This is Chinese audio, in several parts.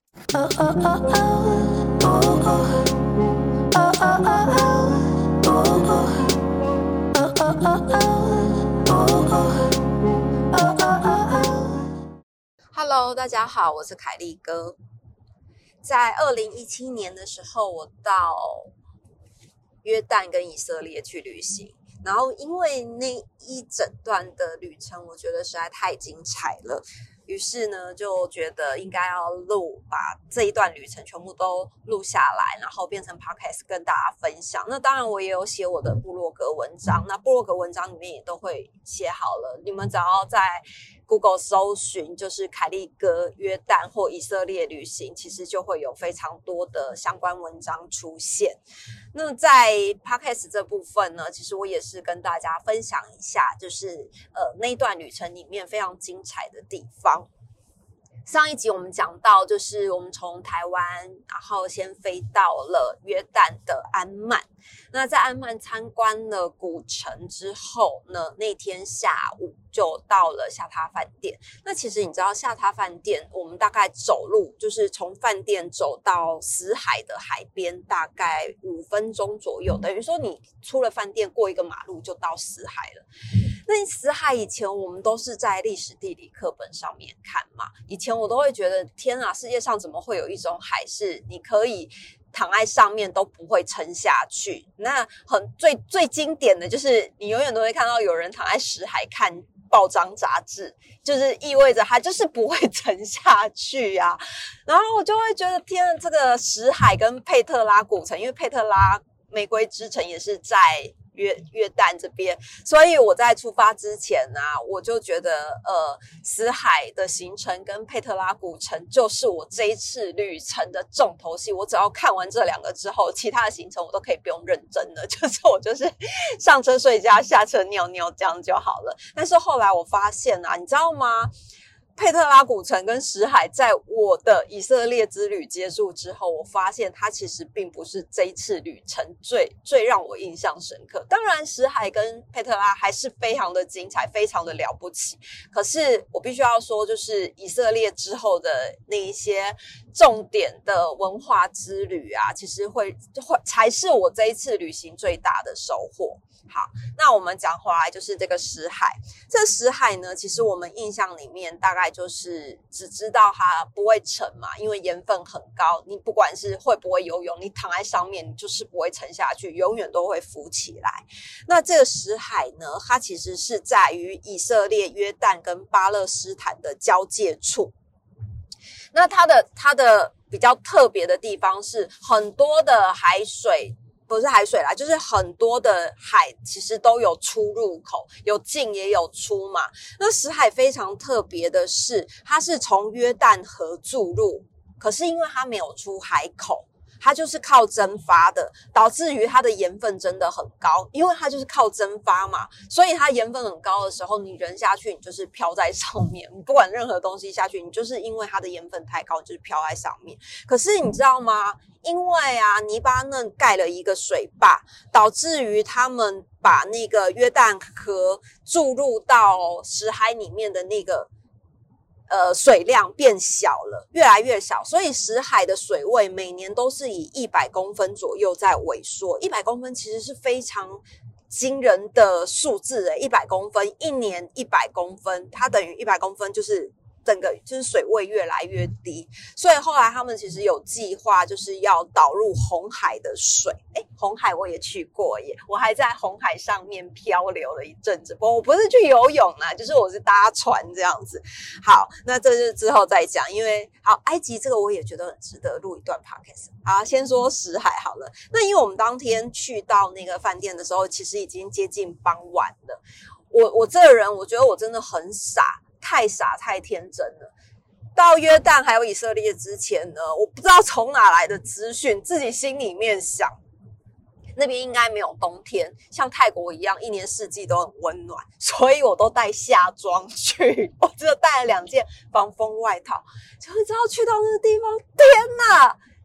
Hello， 大家好，我是凯利哥。在2017年的时候，我到约旦跟以色列去旅行，然后因为那一整段的旅程，我觉得实在太精彩了。于是呢，就觉得应该要把这一段旅程全部都录下来，然后变成 podcast 跟大家分享。那当然我也有写我的部落格文章，那部落格文章里面也都会写好了，你们只要在 Google 搜寻就是凯利哥约旦或以色列旅行，其实就会有非常多的相关文章出现。那在 podcast 这部分呢，其实我也是跟大家分享一下，就是那一段旅程里面非常精彩的地方。上一集我们讲到，就是我们从台湾，然后先飞到了约旦的安曼。那在安曼参观了古城之后呢，那天下午就到了下榻饭店。那其实你知道下榻饭店，我们大概走路就是从饭店走到死海的海边，大概5分钟左右，等于说你出了饭店过一个马路就到死海了。那死海以前我们都是在历史地理课本上面看嘛，以前我都会觉得天啊，世界上怎么会有一种海是你可以躺在上面都不会沉下去。那最经典的就是你永远都会看到有人躺在死海看报章杂志，就是意味着他就是不会沉下去啊。然后我就会觉得天啊，这个死海跟佩特拉古城，因为佩特拉玫瑰之城也是在约旦这边，所以我在出发之前啊，我就觉得死海的行程跟佩特拉古城就是我这一次旅程的重头戏。我只要看完这2个之后，其他的行程我都可以不用认真了，我就是上车睡觉，下车尿尿这样就好了。但是后来我发现啊，你知道吗？佩特拉古城跟死海在我的以色列之旅结束之后，我发现它其实并不是这一次旅程最让我印象深刻。当然死海跟佩特拉还是非常的精彩，非常的了不起。可是我必须要说，就是以色列之后的那一些重点的文化之旅啊，其实会才是我这一次旅行最大的收获。好，那我们讲回来就是这个死海。这死海呢，其实我们印象里面大概就是只知道它不会沉嘛，因为盐分很高，你不管是会不会游泳，你躺在上面你就是不会沉下去，永远都会浮起来。那这个死海呢，它其实是在于以色列、约旦跟巴勒斯坦的交界处。那它的比较特别的地方是很多的海水，不是海水啦，就是很多的海其实都有出入口，有进也有出嘛。那死海非常特别的是，它是从约旦河注入，可是因为它没有出海口，它就是靠蒸发的，导致于它的盐分真的很高，因为它就是靠蒸发嘛，所以它盐分很高的时候，你人下去你就是飘在上面，你不管任何东西下去，你就是因为它的盐分太高，你就是飘在上面。可是你知道吗？因为啊，黎巴嫩盖了一个水坝，导致于他们把那个约旦河注入到死海里面的那个水量变小了，越来越小，所以死海的水位每年都是以100公分左右在萎缩。100公分其实是非常惊人的数字100公分，一年100公分，它等于100公分就是整个就是水位越来越低，所以后来他们其实有计划，就是要导入红海的水。红海我也去过耶，我还在红海上面漂流了一阵子。不过我不是去游泳啦，就是我是搭船这样子。好，那这是之后再讲，因为好埃及这个我也觉得很值得录一段 podcast。好，先说死海好了。那因为我们当天去到那个饭店的时候，其实已经接近傍晚了。我这个人，我觉得我真的很傻。太傻太天真了。到约旦还有以色列之前呢，我不知道从哪来的资讯，自己心里面想那边应该没有冬天，像泰国一样一年四季都很温暖，所以我都带夏装去，我只有带了2件防风外套。就知道去到那个地方，天哪，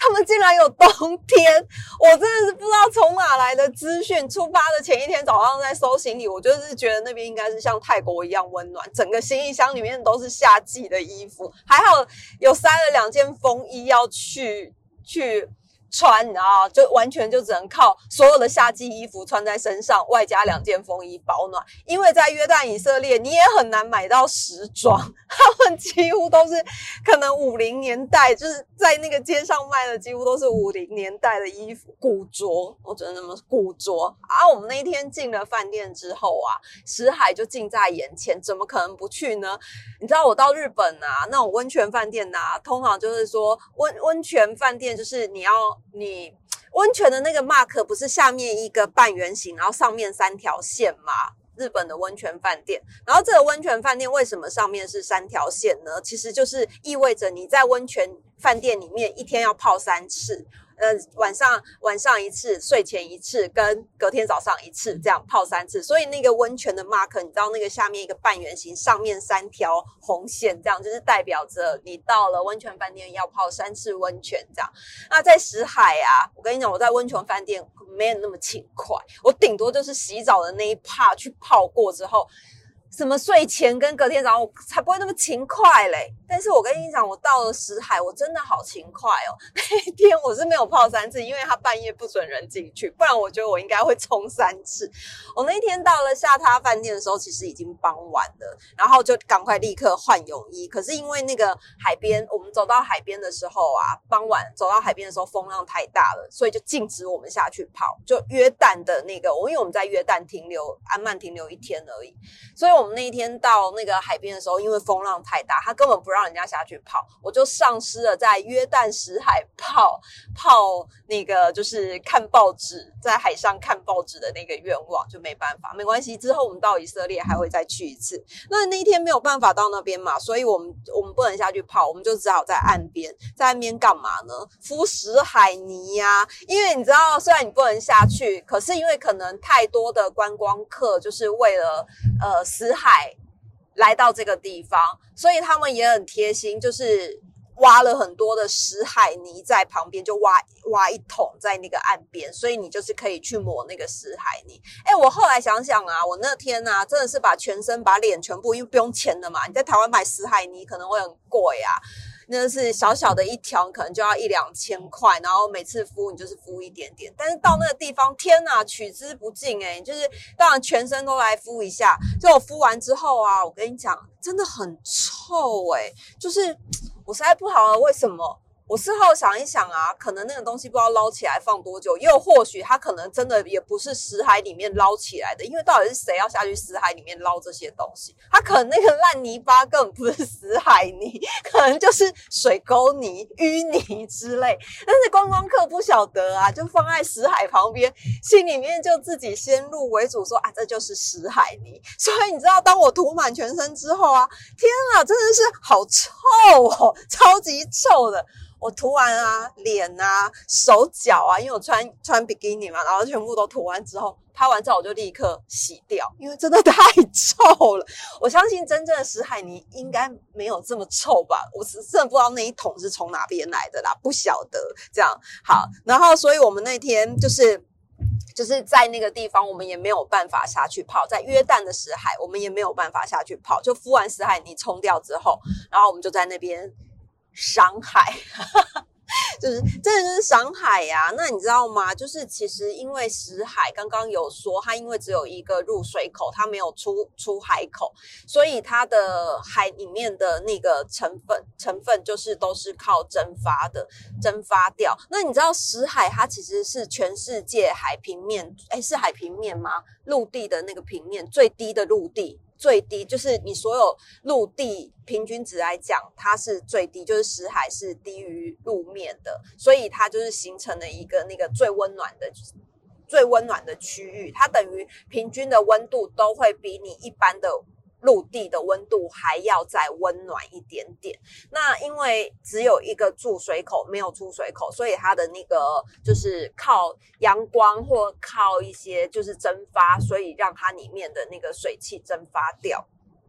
他们竟然有冬天，我真的是不知道从哪来的资讯。出发的前一天早上在收行李，我就是觉得那边应该是像泰国一样温暖，整个行李箱里面都是夏季的衣服，还好有塞了2件风衣要去穿，你知道，就完全就只能靠所有的夏季衣服穿在身上，外加2件风衣保暖。因为在约旦以色列你也很难买到时装，他们几乎都是可能50年代，就是在那个街上卖的几乎都是50年代的衣服，古着，我觉得那么古着啊。我们那一天进了饭店之后啊，死海就近在眼前，怎么可能不去呢？你知道我到日本啊，那种温泉饭店啊，通常就是说温泉饭店就是你温泉的那个 mark 不是下面一个半圆形，然后上面3条线嘛？日本的温泉饭店，然后这个温泉饭店为什么上面是3条线呢？其实就是意味着你在温泉饭店里面一天要泡3次。晚上一次，睡前一次，跟隔天早上一次，这样泡3次。所以那个温泉的 mark， 你知道那个下面一个半圆形，上面3条红线，这样就是代表着你到了温泉饭店要泡3次温泉这样。那在死海啊，我跟你讲，我在温泉饭店没有那么勤快，我顶多就是洗澡的那一趴去泡过之后，什么睡前跟隔天早上我才不会那么勤快嘞。但是我跟你讲，我到了死海，我真的好勤快哦。那一天我是没有泡3次，因为他半夜不准人进去，不然我觉得我应该会冲3次。我那天到了下榻饭店的时候，其实已经傍晚了，然后就赶快立刻换泳衣。可是因为那个海边，我们走到海边的时候啊，傍晚走到海边的时候风浪太大了，所以就禁止我们下去泡。就约旦的那个，因为我们在约旦安曼停留1天而已，所以我们那一天到那个海边的时候，因为风浪太大，他根本不让人家下去泡，我就丧失了在约旦死海泡那个就是看报纸，在海上看报纸的那个愿望，就没办法，没关系，之后我们到以色列还会再去一次。那一天没有办法到那边嘛，所以我们不能下去泡，我们就只好在岸边干嘛呢？敷死海泥啊，因为你知道，虽然你不能下去，可是因为可能太多的观光客就是为了死海来到这个地方，所以他们也很贴心，就是挖了很多的死海泥在旁边，就挖一桶在那个岸边，所以你就是可以去抹那个死海泥。我后来想想啊，我那天啊真的是把全身把脸全部，因为不用钱的嘛，你在台湾买死海泥可能会很贵啊，那是小小的一条可能就要1-2千块，然后每次敷你就是敷一点点，但是到那个地方天哪，取之不尽就是当然全身都来敷一下，就我敷完之后啊，我跟你讲真的很臭就是我实在不晓得为什么。我事后想一想啊，可能那个东西不知道捞起来放多久，又或许它可能真的也不是死海里面捞起来的，因为到底是谁要下去死海里面捞这些东西？它可能那个烂泥巴根本不是死海泥，可能就是水沟泥、淤泥之类。但是观光客不晓得啊，就放在死海旁边，心里面就自己先入为主说啊，这就是死海泥。所以你知道，当我涂满全身之后啊，天啊，真的是好臭哦，超级臭的。我涂完啊，脸啊，手脚啊，因为我穿比基尼嘛，然后全部都涂完之后，拍完照我就立刻洗掉，因为真的太臭了。我相信真正的死海泥应该没有这么臭吧，我真的不知道那一桶是从哪边来的啦，不晓得。这样好，然后所以我们那天就是在那个地方，我们也没有办法下去泡，在约旦的死海，我们也没有办法下去泡，就敷完死海泥冲掉之后，然后我们就在那边赏海就是真的就是赏海呀。那你知道吗？就是其实因为死海刚刚有说，它因为只有一个入水口，它没有出海口，所以它的海里面的那个成分就是都是靠蒸发掉。那你知道死海它其实是全世界海平面，是海平面吗？陆地的那个平面最低的陆地。最低就是你所有陆地平均值来讲，它是最低，就是死海是低于路面的，所以它就是形成了一个那个最温暖的区域，它等于平均的温度都会比你一般的陆地的温度还要再温暖一点点。那因为只有一个注水口没有出水口，所以它的那个就是靠阳光或靠一些就是蒸发，所以让它里面的那个水汽蒸发掉。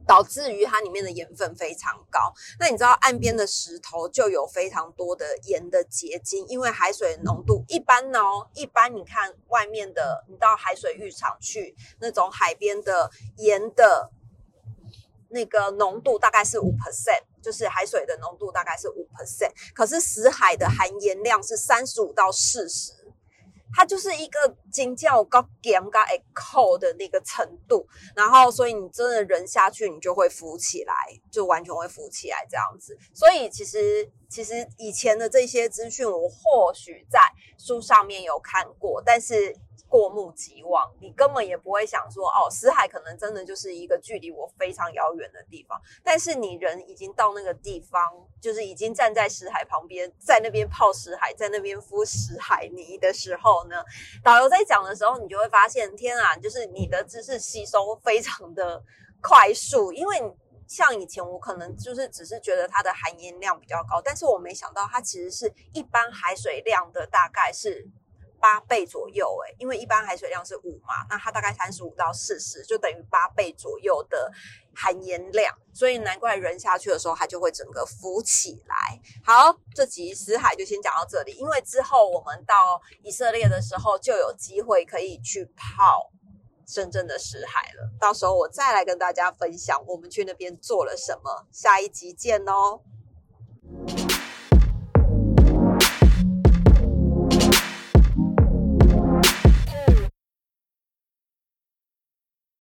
导致于它里面的盐分非常高。那你知道岸边的石头就有非常多的盐的结晶，因为海水的浓度一般你看外面的，你到海水浴场去，那种海边的盐的那个浓度大概是 5%， 就是海水的浓度大概是 5%， 可是死海的含盐量是35到40，它就是一个真正有够咸跟会扣的那个程度，然后所以你真的人下去你就会浮起来，就完全会浮起来这样子。所以其实以前的这些资讯我或许在书上面有看过，但是过目即忘，你根本也不会想说死海可能真的就是一个距离我非常遥远的地方，但是你人已经到那个地方，就是已经站在死海旁边，在那边泡死海，在那边敷死海泥的时候呢，导游在讲的时候你就会发现，天啊，就是你的知识吸收非常的快速，因为像以前我可能就是只是觉得它的含盐量比较高，但是我没想到它其实是一般海水量的大概是8倍左右因为一般海水量是5嘛，那它大概35到40，就等于8倍左右的含盐量，所以难怪人下去的时候它就会整个浮起来。好，这集死海就先讲到这里，因为之后我们到以色列的时候就有机会可以去泡真正的死海了，到时候我再来跟大家分享我们去那边做了什么，下一集见哦。